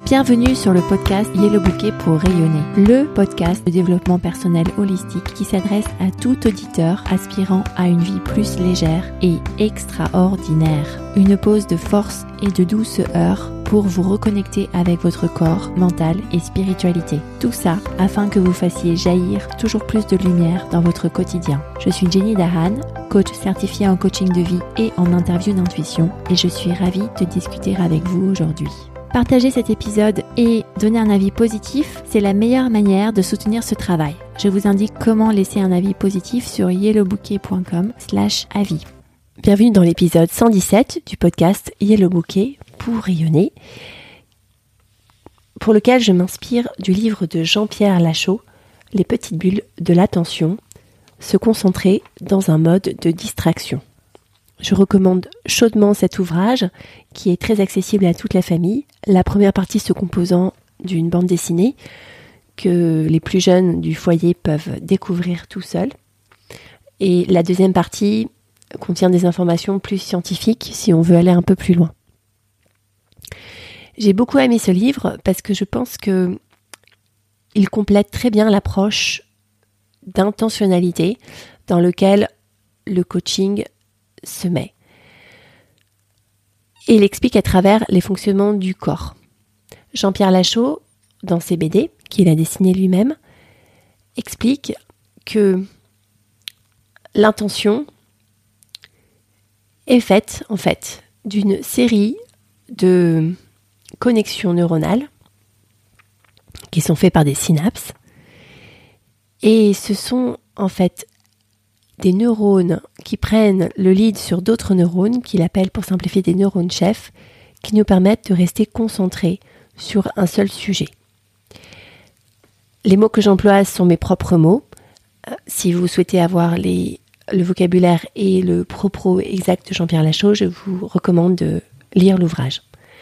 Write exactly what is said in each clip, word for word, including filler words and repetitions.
Bienvenue sur le podcast Yellow Bouquet pour rayonner, le podcast de développement personnel holistique qui s'adresse à tout auditeur aspirant à une vie plus légère et extraordinaire. Une pause de force et de douceur pour vous reconnecter avec votre corps, mental et spiritualité. Tout ça afin que vous fassiez jaillir toujours plus de lumière dans votre quotidien. Je suis Jenny Dahan, coach certifiée en coaching de vie et en interview d'intuition, et je suis ravie de discuter avec vous aujourd'hui. Partager cet épisode et donner un avis positif, c'est la meilleure manière de soutenir ce travail. Je vous indique comment laisser un avis positif sur yellowbouquet.com slash avis. Bienvenue dans l'épisode cent dix-sept du podcast Yellow Bouquet pour rayonner, pour lequel je m'inspire du livre de Jean-Pierre Lachaud, Les petites bulles de l'attention, se concentrer dans un mode de distraction. Je recommande chaudement cet ouvrage qui est très accessible à toute la famille. La première partie se composant d'une bande dessinée que les plus jeunes du foyer peuvent découvrir tout seuls. Et la deuxième partie contient des informations plus scientifiques si on veut aller un peu plus loin. J'ai beaucoup aimé ce livre parce que je pense que il complète très bien l'approche d'intentionnalité dans lequel le coaching se met. Et il explique à travers les fonctionnements du corps. Jean-Pierre Lachaud, dans ses B D, qu'il a dessiné lui-même, explique que l'intention est faite, en fait, d'une série de connexions neuronales qui sont faites par des synapses. Et ce sont, en fait, des neurones qui prennent le lead sur d'autres neurones, qu'il appelle pour simplifier des neurones chefs, qui nous permettent de rester concentrés sur un seul sujet. Les mots que j'emploie sont mes propres mots. Si vous souhaitez avoir les, le vocabulaire et le propos exact de Jean-Pierre Lachaud, je vous recommande de lire l'ouvrage.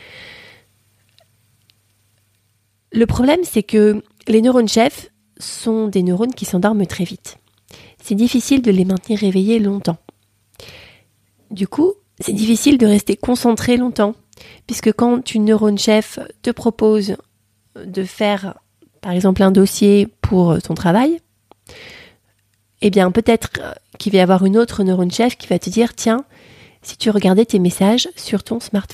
Le problème, c'est que les neurones chefs sont des neurones qui s'endorment très vite. C'est difficile de les maintenir réveillés longtemps. Du coup, c'est difficile de rester concentré longtemps, puisque quand une neurone chef te propose de faire, par exemple, un dossier pour ton travail, eh bien, peut-être qu'il va y avoir une autre neurone chef qui va te dire « Tiens, si tu regardais tes messages sur ton smartphone ».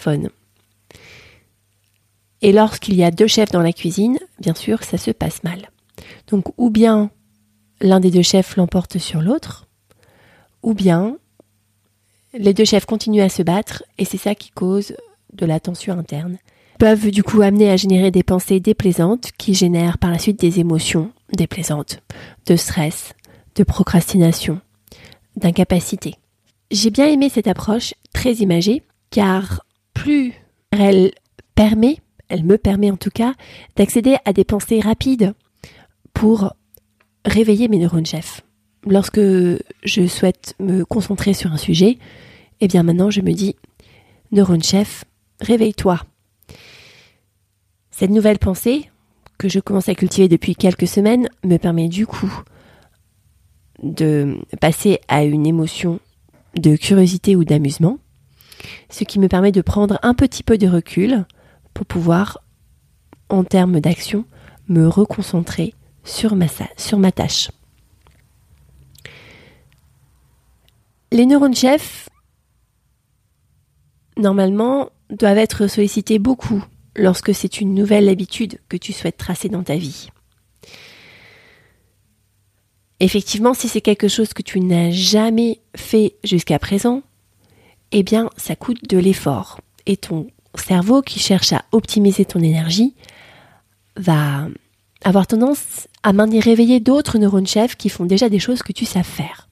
Et lorsqu'il y a deux chefs dans la cuisine, bien sûr, ça se passe mal. Donc, ou bien l'un des deux chefs l'emporte sur l'autre, ou bien les deux chefs continuent à se battre et c'est ça qui cause de la tension interne. Ils peuvent du coup amener à générer des pensées déplaisantes qui génèrent par la suite des émotions déplaisantes, de stress, de procrastination, d'incapacité. J'ai bien aimé cette approche très imagée car plus elle permet, elle me permet en tout cas, d'accéder à des pensées rapides pour réveiller mes neurones chefs. Lorsque je souhaite me concentrer sur un sujet, eh bien maintenant je me dis « Neurone chef, réveille-toi ». Cette nouvelle pensée, que je commence à cultiver depuis quelques semaines, me permet du coup de passer à une émotion de curiosité ou d'amusement, ce qui me permet de prendre un petit peu de recul pour pouvoir, en termes d'action, me reconcentrer Sur ma, sur ma tâche. Les neurones chefs, normalement, doivent être sollicités beaucoup lorsque c'est une nouvelle habitude que tu souhaites tracer dans ta vie. Effectivement, si c'est quelque chose que tu n'as jamais fait jusqu'à présent, eh bien, ça coûte de l'effort. Et ton cerveau, qui cherche à optimiser ton énergie, va avoir tendance à maintenir réveillés d'autres neurones chefs qui font déjà des choses que tu sais faire.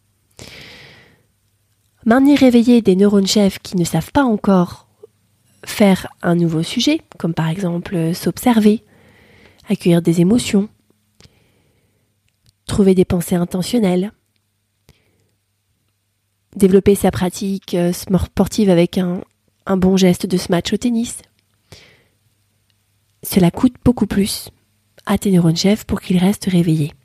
Maintenir réveillés des neurones chefs qui ne savent pas encore faire un nouveau sujet, comme par exemple s'observer, accueillir des émotions, trouver des pensées intentionnelles, développer sa pratique sportive avec un, un bon geste de smash au tennis. Cela coûte beaucoup plus à tes neurones chefs pour qu'ils restent réveillés.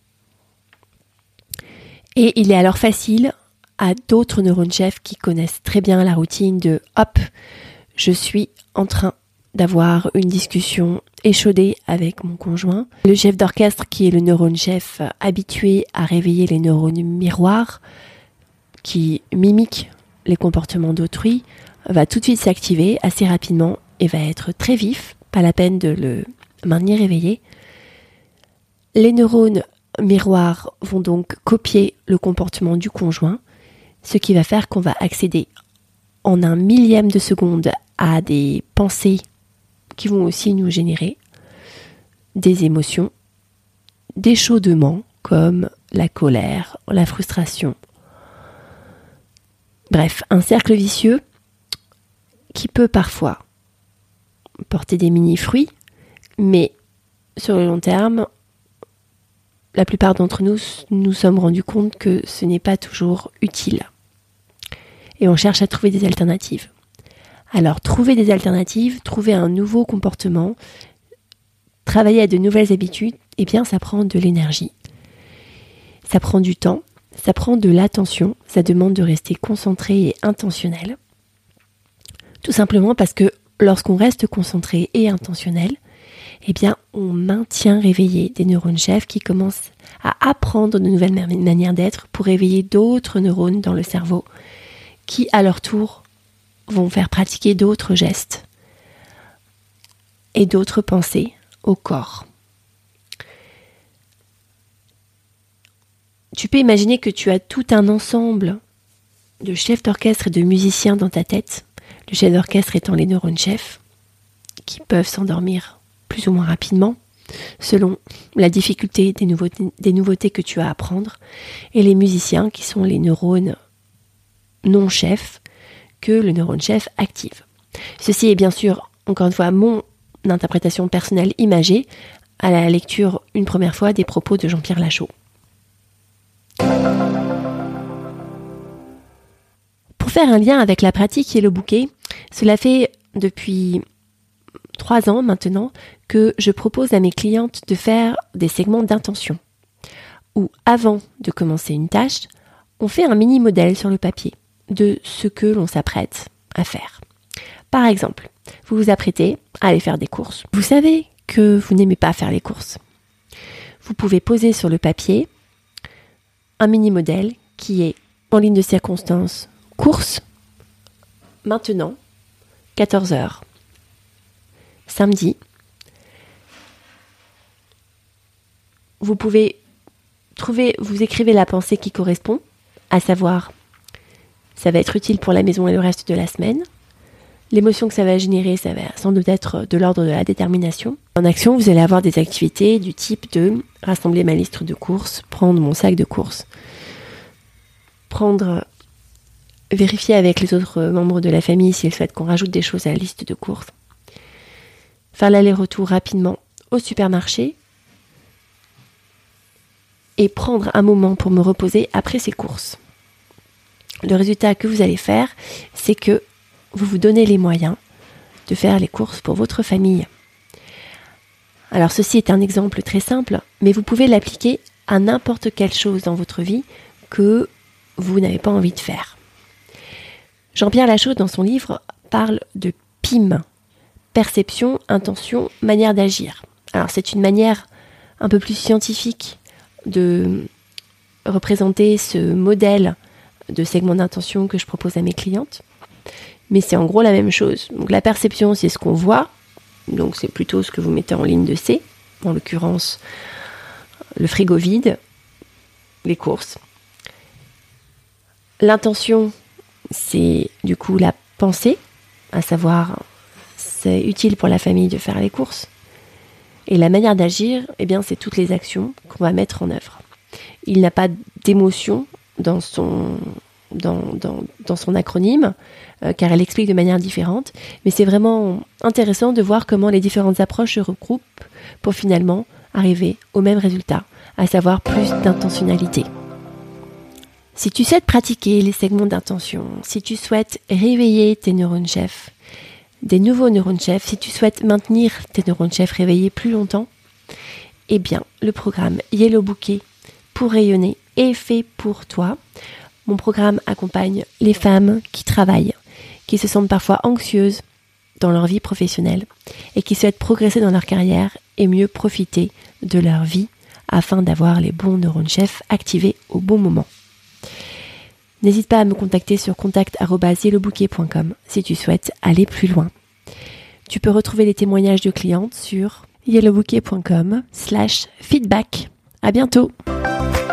Et il est alors facile à d'autres neurones chefs qui connaissent très bien la routine de « hop, je suis en train d'avoir une discussion échaudée avec mon conjoint. Le chef d'orchestre, qui est le neurone chef habitué à réveiller les neurones miroirs, qui mimiquent les comportements d'autrui, va tout de suite s'activer assez rapidement et va être très vif, pas la peine de le maintenir éveillé. Les neurones miroirs vont donc copier le comportement du conjoint, ce qui va faire qu'on va accéder en un millième de seconde à des pensées qui vont aussi nous générer des émotions, des chaudements comme la colère, la frustration. Bref, un cercle vicieux qui peut parfois porter des mini-fruits, mais sur le long terme, la plupart d'entre nous nous sommes rendus compte que ce n'est pas toujours utile. Et on cherche à trouver des alternatives. Alors, trouver des alternatives, trouver un nouveau comportement, travailler à de nouvelles habitudes, eh bien, ça prend de l'énergie. Ça prend du temps, ça prend de l'attention, ça demande de rester concentré et intentionnel. Tout simplement parce que lorsqu'on reste concentré et intentionnel, eh bien, on maintient réveillés des neurones chefs qui commencent à apprendre de nouvelles manières d'être pour réveiller d'autres neurones dans le cerveau qui, à leur tour, vont faire pratiquer d'autres gestes et d'autres pensées au corps. Tu peux imaginer que tu as tout un ensemble de chefs d'orchestre et de musiciens dans ta tête, le chef d'orchestre étant les neurones chefs, qui peuvent s'endormir plus ou moins rapidement, selon la difficulté des nouveautés, des nouveautés que tu as à apprendre, et les musiciens qui sont les neurones non chefs que le neurone chef active. Ceci est bien sûr, encore une fois, mon interprétation personnelle imagée à la lecture une première fois des propos de Jean-Pierre Lachaud. Pour faire un lien avec la pratique et le bouquet, cela fait depuis trois ans maintenant que je propose à mes clientes de faire des segments d'intention, où avant de commencer une tâche, on fait un mini-modèle sur le papier de ce que l'on s'apprête à faire. Par exemple, vous vous apprêtez à aller faire des courses. Vous savez que vous n'aimez pas faire les courses. Vous pouvez poser sur le papier un mini-modèle qui est en ligne de circonstance course, maintenant, quatorze heures, samedi. Vous pouvez trouver, vous écrivez la pensée qui correspond, à savoir, ça va être utile pour la maison et le reste de la semaine. L'émotion que ça va générer, ça va sans doute être de l'ordre de la détermination. En action, vous allez avoir des activités du type de rassembler ma liste de courses, prendre mon sac de courses, prendre, vérifier avec les autres membres de la famille s'ils souhaitent qu'on rajoute des choses à la liste de courses, faire l'aller-retour rapidement au supermarché et prendre un moment pour me reposer après ces courses. Le résultat que vous allez faire, c'est que vous vous donnez les moyens de faire les courses pour votre famille. Alors ceci est un exemple très simple, mais vous pouvez l'appliquer à n'importe quelle chose dans votre vie que vous n'avez pas envie de faire. Jean-Pierre Lachaud, dans son livre, parle de P I M, perception, intention, manière d'agir. Alors c'est une manière un peu plus scientifique de représenter ce modèle de segment d'intention que je propose à mes clientes. Mais c'est en gros la même chose. Donc la perception, c'est ce qu'on voit. Donc c'est plutôt ce que vous mettez en ligne de C. En l'occurrence, le frigo vide, les courses. L'intention, c'est du coup la pensée, à savoir c'est utile pour la famille de faire les courses. Et la manière d'agir, eh bien, c'est toutes les actions qu'on va mettre en œuvre. Il n'a pas d'émotion dans son, dans, dans, dans son acronyme, euh, car elle explique de manière différente. Mais c'est vraiment intéressant de voir comment les différentes approches se regroupent pour finalement arriver au même résultat, à savoir plus d'intentionnalité. Si tu souhaites pratiquer les segments d'intention, si tu souhaites réveiller tes neurones chefs, des nouveaux neurones chefs, si tu souhaites maintenir tes neurones chefs réveillés plus longtemps, eh bien, le programme Yellow Bouquet pour rayonner est fait pour toi. Mon programme accompagne les femmes qui travaillent, qui se sentent parfois anxieuses, dans leur vie professionnelle et qui souhaitent progresser dans leur carrière et mieux profiter de leur vie afin d'avoir les bons neurones chefs activés au bon moment. N'hésite pas à me contacter sur contact arobase yellowbouquet point com si tu souhaites aller plus loin. Tu peux retrouver les témoignages de clientes sur yellowbouquet point com slash feedback. À bientôt!